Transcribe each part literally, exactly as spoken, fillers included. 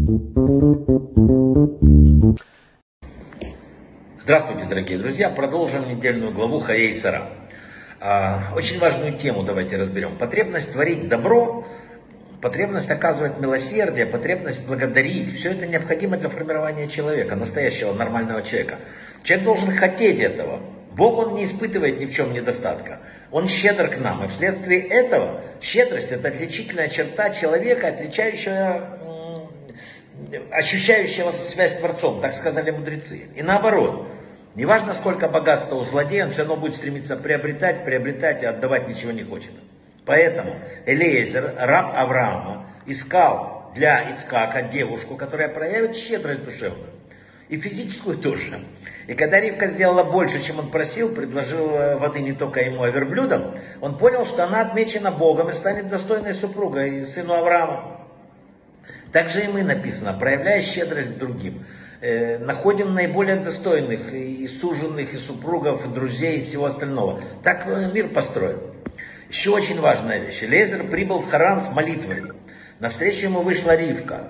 Здравствуйте, дорогие друзья! Продолжим недельную главу Хаей Сара. Очень важную тему давайте разберем. Потребность творить добро, потребность оказывать милосердие, потребность благодарить. Все это необходимо для формирования человека, настоящего нормального человека. Человек должен хотеть этого. Бог, Он не испытывает ни в чем недостатка. Он щедр к нам. И вследствие этого щедрость – это отличительная черта человека, отличающая, ощущающего связь с Творцом, так сказали мудрецы. И наоборот, неважно сколько богатства у злодея, он все равно будет стремиться приобретать, приобретать и отдавать ничего не хочет. Поэтому Элиезер, раб Авраама, искал для Ицхака девушку, которая проявит щедрость душевную. И физическую тоже. И когда Ривка сделала больше, чем он просил, предложила воды не только ему, а верблюдам, он понял, что она отмечена Богом и станет достойной супругой и сыну Авраама. Также и мы написано, проявляя щедрость к другим, э, находим наиболее достойных и суженных, и супругов, и друзей, и всего остального. Так мир построен. Еще очень важная вещь. Элиезер прибыл в Харан с молитвой. Навстречу ему вышла Ривка.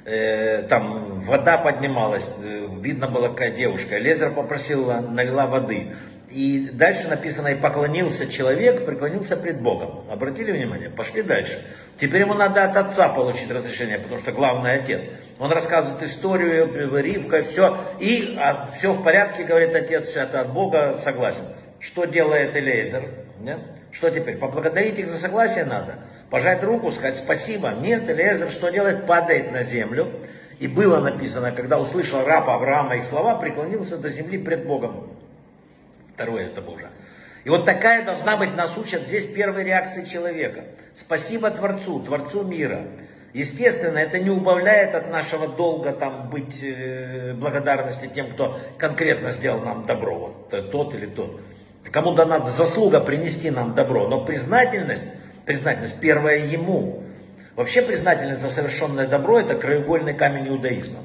Э, там вода поднималась, э, видно была какая девушка. Элиезер попросил, налила воды. И дальше написано, и поклонился человек, преклонился пред Богом. Обратили внимание? Пошли дальше. Теперь ему надо от отца получить разрешение, потому что главный отец. Он рассказывает историю, Ривка, все. И а, все в порядке, говорит отец, все это от Бога, согласен. Что делает Элиезер? Да? Что теперь? Поблагодарить их за согласие надо? Пожать руку, сказать спасибо? Нет, Элиезер что делает? Падает на землю. И было написано, когда услышал раб Авраама их слова, преклонился до земли пред Богом. Второе это уже. И вот такая должна быть, нас учат здесь первой реакции человека. Спасибо Творцу, Творцу мира. Естественно, это не убавляет от нашего долга там, быть э, благодарности тем, кто конкретно сделал нам добро. Вот тот или тот. Кому дана заслуга принести нам добро. Но признательность, признательность первая ему. Вообще признательность за совершенное добро – это краеугольный камень иудаизма.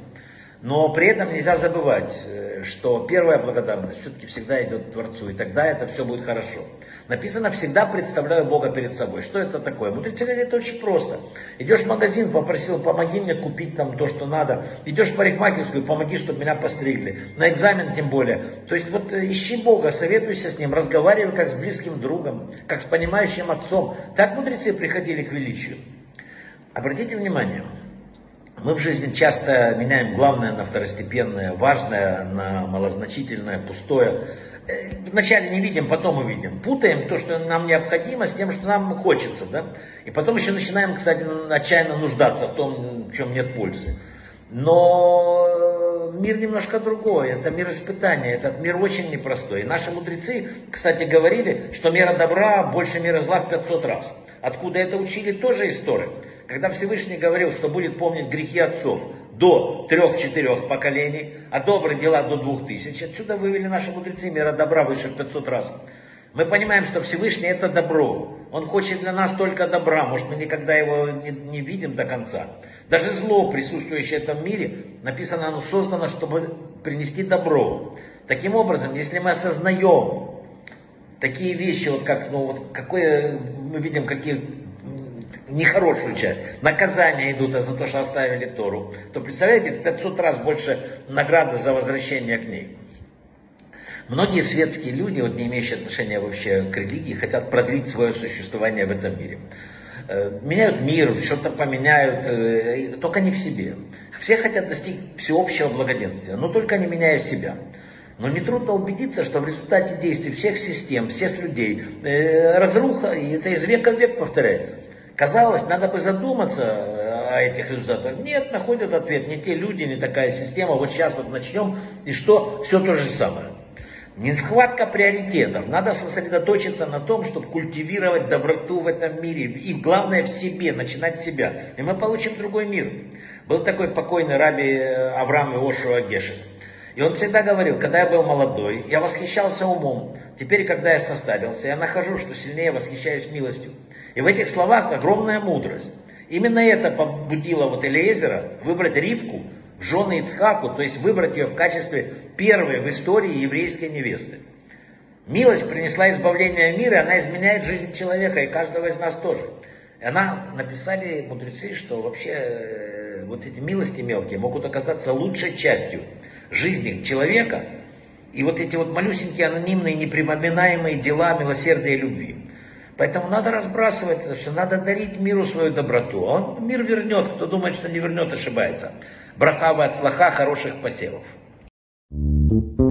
Но при этом нельзя забывать, что первая благодарность все-таки всегда идет к Творцу, и тогда это все будет хорошо. Написано, всегда представляю Бога перед собой. Что это такое? Мудрецы говорят, это очень просто. Идешь в магазин, попросил, помоги мне купить там то, что надо. Идешь в парикмахерскую, помоги, чтобы меня постригли. На экзамен тем более. То есть вот ищи Бога, советуйся с Ним, разговаривай как с близким другом, как с понимающим отцом. Так мудрецы приходили к величию. Обратите внимание. Мы в жизни часто меняем главное на второстепенное, важное на малозначительное, пустое. Вначале не видим, потом увидим. Путаем то, что нам необходимо, с тем, что нам хочется. Да? И потом еще начинаем, кстати, отчаянно нуждаться в том, в чем нет пользы. Но мир немножко другой, это мир испытания, этот мир очень непростой. И наши мудрецы, кстати, говорили, что мера добра больше меры зла в пятьсот раз. Откуда это учили, тоже история. Когда Всевышний говорил, что будет помнить грехи отцов до трех-четырех поколений, а добрые дела до двух тысяч, отсюда вывели наши мудрецы мера добра выше в пятьсот раз. Мы понимаем, что Всевышний это добро. Он хочет для нас только добра. Может, мы никогда его не, не видим до конца. Даже зло, присутствующее в этом мире, написано, оно создано, чтобы принести добро. Таким образом, если мы осознаем такие вещи, вот как, ну, вот какое мы видим, какие нехорошую часть, наказания идут за то, что оставили Тору, то представляете, в пятьсот раз больше награды за возвращение к ней. Многие светские люди, вот не имеющие отношения вообще к религии, хотят продлить свое существование в этом мире. Меняют мир, что-то поменяют, только не в себе. Все хотят достичь всеобщего благоденствия, но только не меняя себя. Но нетрудно убедиться, что в результате действий всех систем, всех людей, разруха, и это из века в век повторяется. Казалось, надо бы задуматься о этих результатах. Нет, находят ответ, не те люди, не такая система, вот сейчас вот начнем, и что, все то же самое. Нехватка приоритетов. Надо сосредоточиться на том, чтобы культивировать доброту в этом мире. И главное в себе, начинать с себя. И мы получим другой мир. Был такой покойный раби Авраам Иошуа Гешек. И он всегда говорил, когда я был молодой, я восхищался умом. Теперь, когда я состарился, я нахожу, что сильнее восхищаюсь милостью. И в этих словах огромная мудрость. Именно это побудило вот Элиезера выбрать Ривку в жены Ицхаку, то есть выбрать ее в качестве первой в истории еврейской невесты. Милость принесла избавление мира, и она изменяет жизнь человека, и каждого из нас тоже. И она, написали мудрецы, что вообще э, вот эти милости мелкие могут оказаться лучшей частью жизни человека. И вот эти вот малюсенькие, анонимные, неприпоминаемые дела милосердия и любви. Поэтому надо разбрасывать это все, надо дарить миру свою доброту. Он мир вернет, кто думает, что не вернет, ошибается. Браха ва ацлаха, хороших посевов.